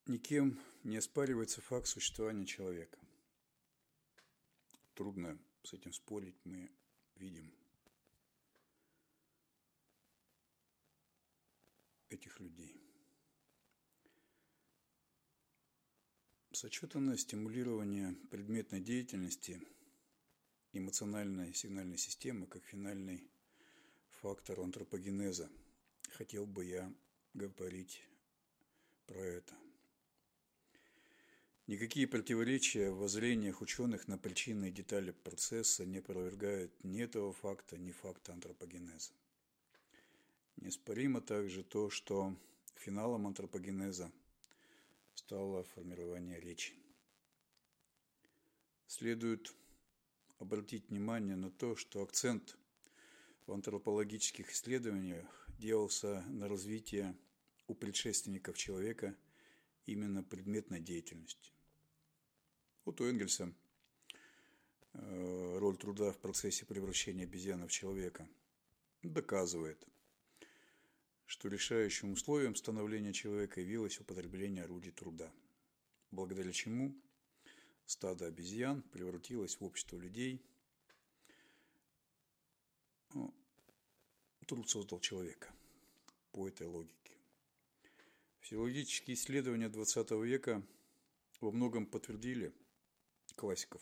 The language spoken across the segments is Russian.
Никем не оспаривается факт существования человека. Трудно с этим спорить, мы видим этих людей. Сочетанное стимулирование предметной деятельности эмоциональной сигнальной системы как финальный фактор антропогенеза. Хотел бы я говорить про это. Никакие противоречия в воззрениях ученых на причины и детали процесса не опровергают ни этого факта, ни факта антропогенеза. Неоспоримо также то, что финалом антропогенеза стало формирование речи. Следует обратить внимание на то, что акцент в антропологических исследованиях делался на развитие у предшественников человека именно предметной деятельности. Вот у Энгельса роль труда в процессе превращения обезьяны в человека доказывает, что решающим условием становления человека явилось употребление орудий труда, благодаря чему стадо обезьян превратилось в общество людей. Труд создал человека по этой логике. Физиологические исследования XX века во многом подтвердили классиков.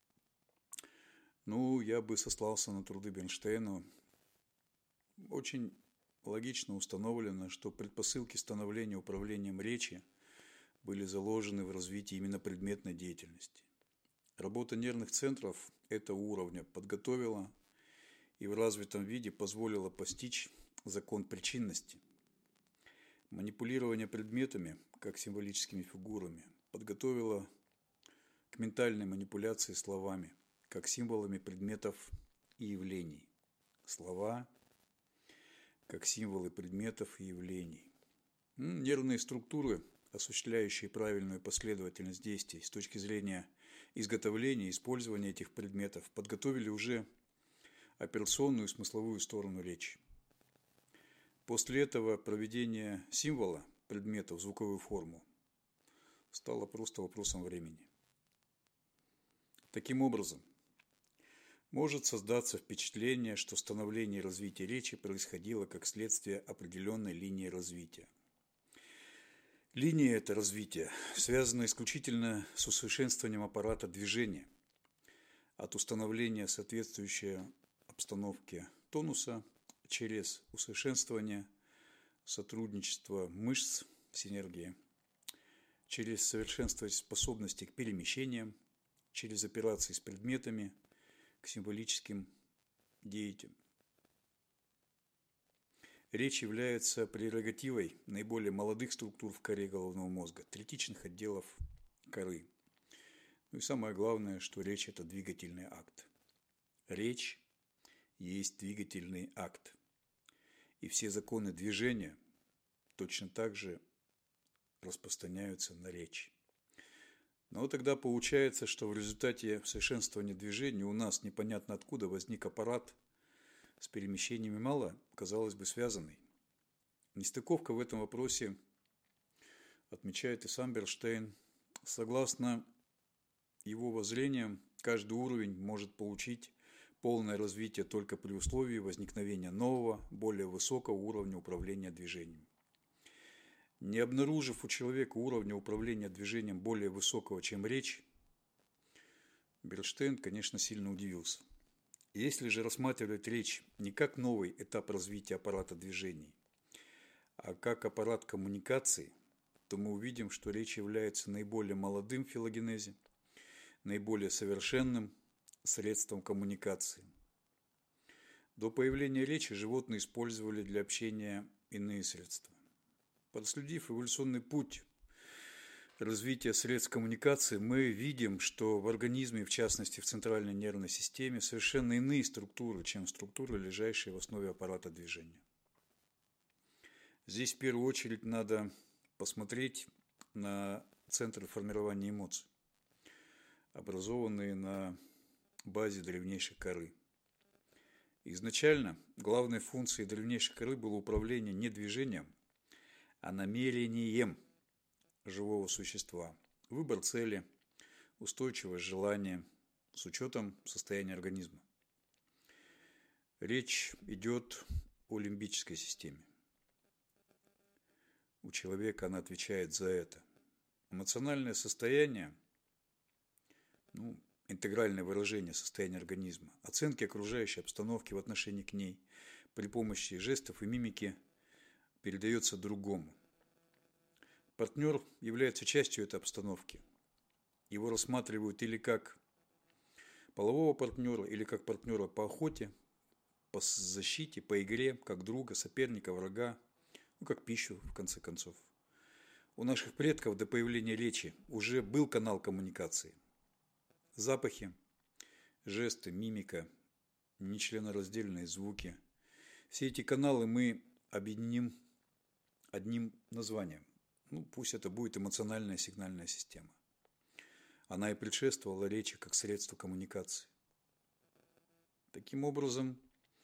Я бы сослался на труды Бернштейна. Очень логично установлено, что предпосылки становления управлением речи были заложены в развитии именно предметной деятельности. Работа нервных центров этого уровня подготовила и в развитом виде позволила постичь закон причинности. Манипулирование предметами, как символическими фигурами, подготовило к ментальной манипуляции словами, как символами предметов и явлений. Слова, как символы предметов и явлений. Нервные структуры, осуществляющие правильную последовательность действий с точки зрения изготовления и использования этих предметов, подготовили уже операционную и смысловую сторону речи. После этого проведение символа предмета в звуковую форму стало просто вопросом времени. Таким образом, может создаться впечатление, что становление и развитие речи происходило как следствие определенной линии развития. Линия это развития связана исключительно с усовершенствованием аппарата движения, от установления соответствующей обстановке тонуса через усовершенствование сотрудничества мышц, синергии, через совершенствование способностей к перемещениям, через операции с предметами, к символическим деятелям. Речь является прерогативой наиболее молодых структур в коре головного мозга, третичных отделов коры. И самое главное, что речь – это двигательный акт. Речь есть двигательный акт. И все законы движения точно так же распространяются на речь. Но тогда получается, что в результате совершенствования движения у нас непонятно откуда возник аппарат с перемещениями мало, казалось бы, связанный. Нестыковка в этом вопросе отмечает и сам Бернштейн. Согласно его воззрениям, каждый уровень может получить полное развитие только при условии возникновения нового, более высокого уровня управления движением. Не обнаружив у человека уровня управления движением более высокого, чем речь, Бернштейн, конечно, сильно удивился. Если же рассматривать речь не как новый этап развития аппарата движений, а как аппарат коммуникации, то мы увидим, что речь является наиболее молодым в филогенезе, наиболее совершенным средством коммуникации. До появления речи животные использовали для общения иные средства. Проследив эволюционный путь развития средств коммуникации, мы видим, что в организме, в частности в центральной нервной системе, совершенно иные структуры, чем структуры, лежащие в основе аппарата движения. Здесь в первую очередь надо посмотреть на центры формирования эмоций, образованные на базе древнейшей коры. Изначально главной функцией древнейшей коры было управление не движением, а намерением. живого существа, выбор цели, устойчивое желание с учетом состояния организма. Речь идет о лимбической системе. У человека она отвечает за это. Эмоциональное состояние, интегральное выражение состояния организма, оценки окружающей обстановки в отношении к ней при помощи жестов и мимики передается другому. Партнер является частью этой обстановки. Его рассматривают или как полового партнера, или как партнера по охоте, по защите, по игре, как друга, соперника, врага, как пищу, в конце концов. У наших предков до появления речи уже был канал коммуникации. Запахи, жесты, мимика, нечленораздельные звуки. Все эти каналы мы объединим одним названием. Пусть это будет эмоциональная сигнальная система. Она и предшествовала речи как средство коммуникации. Таким образом,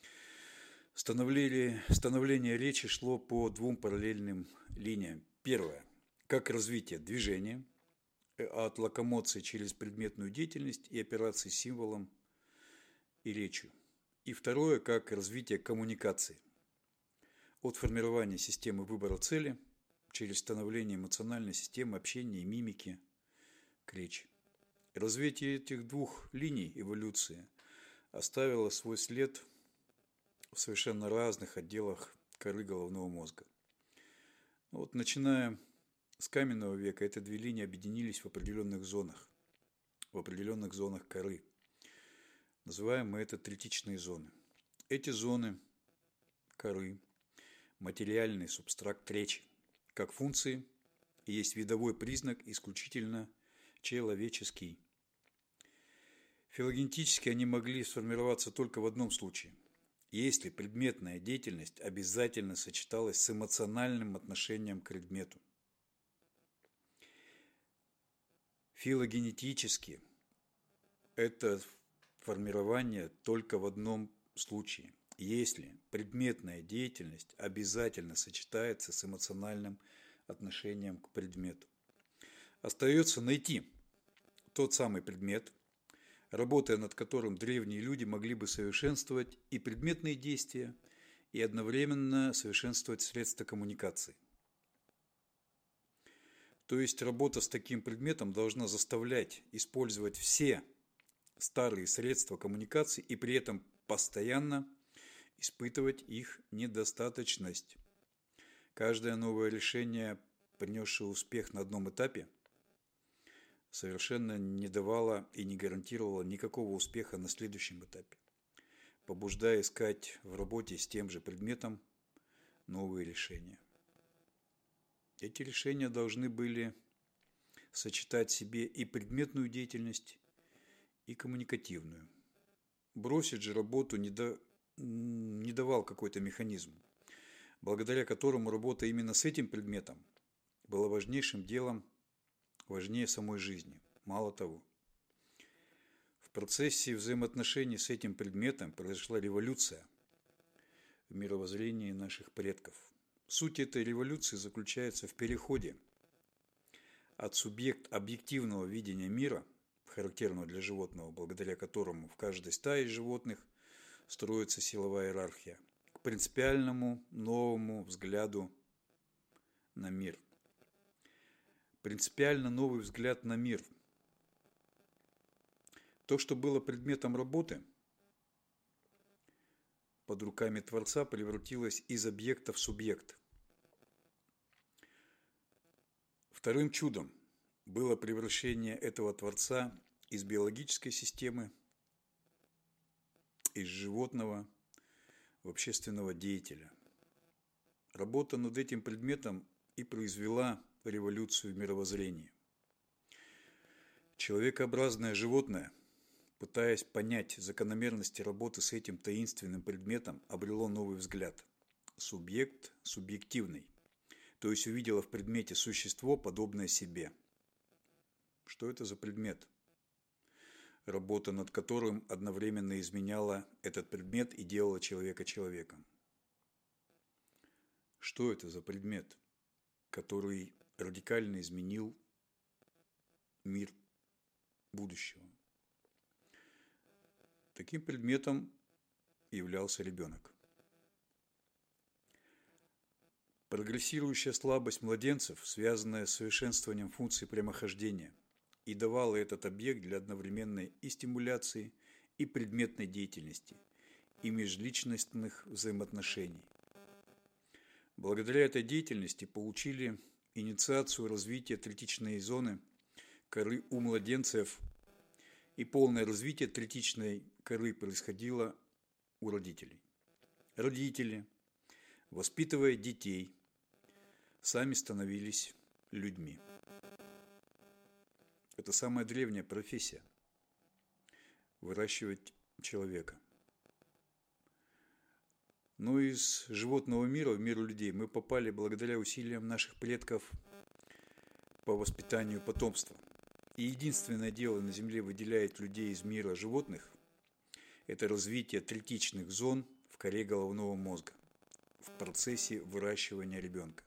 становление речи шло по двум параллельным линиям. Первое. Как развитие движения от локомоции через предметную деятельность и операции символом и речью. И второе. Как развитие коммуникации. От формирования системы выбора цели через становление эмоциональной системы общения и мимики к речи. Развитие этих двух линий эволюции оставило свой след в совершенно разных отделах коры головного мозга. Начиная с каменного века эти две линии объединились в определенных зонах коры. Называем мы это третичные зоны. Эти зоны коры – материальный субстракт речи, как функции, и есть видовой признак исключительно человеческий. Филогенетически они могли сформироваться только в одном случае – если предметная деятельность обязательно сочеталась с эмоциональным отношением к предмету. Филогенетически это формирование только в одном случае, если предметная деятельность обязательно сочетается с эмоциональным отношением к предмету. Остается найти тот самый предмет, работая над которым древние люди могли бы совершенствовать и предметные действия, и одновременно совершенствовать средства коммуникации. То есть работа с таким предметом должна заставлять использовать все старые средства коммуникации и при этом постоянно испытывать их недостаточность. Каждое новое решение, принесшее успех на одном этапе, совершенно не давала и не гарантировала никакого успеха на следующем этапе, побуждая искать в работе с тем же предметом новые решения. Эти решения должны были сочетать в себе и предметную деятельность, и коммуникативную. Бросить же работу не давал какой-то механизм, благодаря которому работа именно с этим предметом была важнейшим делом, важнее самой жизни. Мало того, в процессе взаимоотношений с этим предметом произошла революция в мировоззрении наших предков. Суть этой революции заключается в переходе от объективного видения мира, характерного для животного, благодаря которому в каждой стае животных строится силовая иерархия, к принципиальному новому взгляду на мир. Принципиально новый взгляд на мир. То, что было предметом работы, под руками Творца превратилось из объекта в субъект. Вторым чудом было превращение этого Творца из биологической системы, из животного в общественного деятеля. Работа над этим предметом и произвела революцию в мировоззрении. Человекообразное животное, пытаясь понять закономерности работы с этим таинственным предметом, обрело новый взгляд. Субъект субъективный, то есть увидело в предмете существо, подобное себе. Что это за предмет? Работа над которым одновременно изменяла этот предмет и делала человека человеком. Что это за предмет, который радикально изменил мир будущего. Таким предметом являлся ребенок. Прогрессирующая слабость младенцев, связанная с совершенствованием функций прямохождения, и давала этот объект для одновременной и стимуляции, и предметной деятельности, и межличностных взаимоотношений. Благодаря этой деятельности получили инициацию развития третичной зоны коры у младенцев, и полное развитие третичной коры происходило у родителей. Родители, воспитывая детей, сами становились людьми. Это самая древняя профессия – выращивать человека. Но из животного мира в мир людей мы попали благодаря усилиям наших предков по воспитанию потомства. И единственное дело на Земле выделяет людей из мира животных – это развитие третичных зон в коре головного мозга в процессе выращивания ребенка.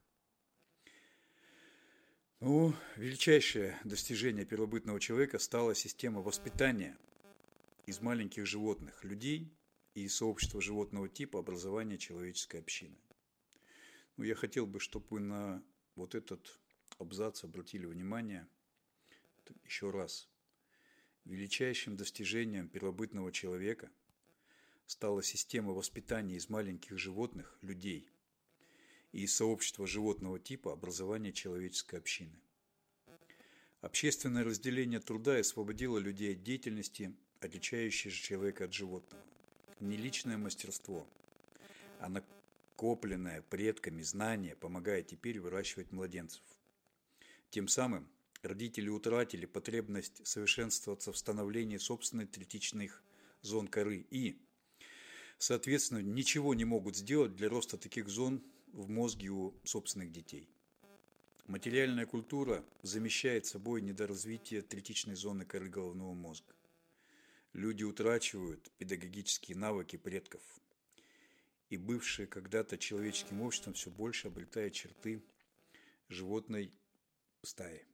Величайшее достижение первобытного человека стала система воспитания из маленьких животных, людей и из сообщества животного типа образования человеческой общины. Я хотел бы, чтобы вы на вот этот абзац обратили внимание еще раз. Величайшим достижением первобытного человека стала система воспитания из маленьких животных, людей, и из сообщества животного типа образования человеческой общины. Общественное разделение труда освободило людей от деятельности, отличающей человека от животного. Не личное мастерство, а накопленное предками знание помогает теперь выращивать младенцев. Тем самым родители утратили потребность совершенствоваться в становлении собственных третичных зон коры и, соответственно, ничего не могут сделать для роста таких зон в мозге у собственных детей. Материальная культура замещает собой недоразвитие третичной зоны коры головного мозга. Люди утрачивают педагогические навыки предков, и бывшие когда-то человеческим обществом все больше обретает черты животной стаи.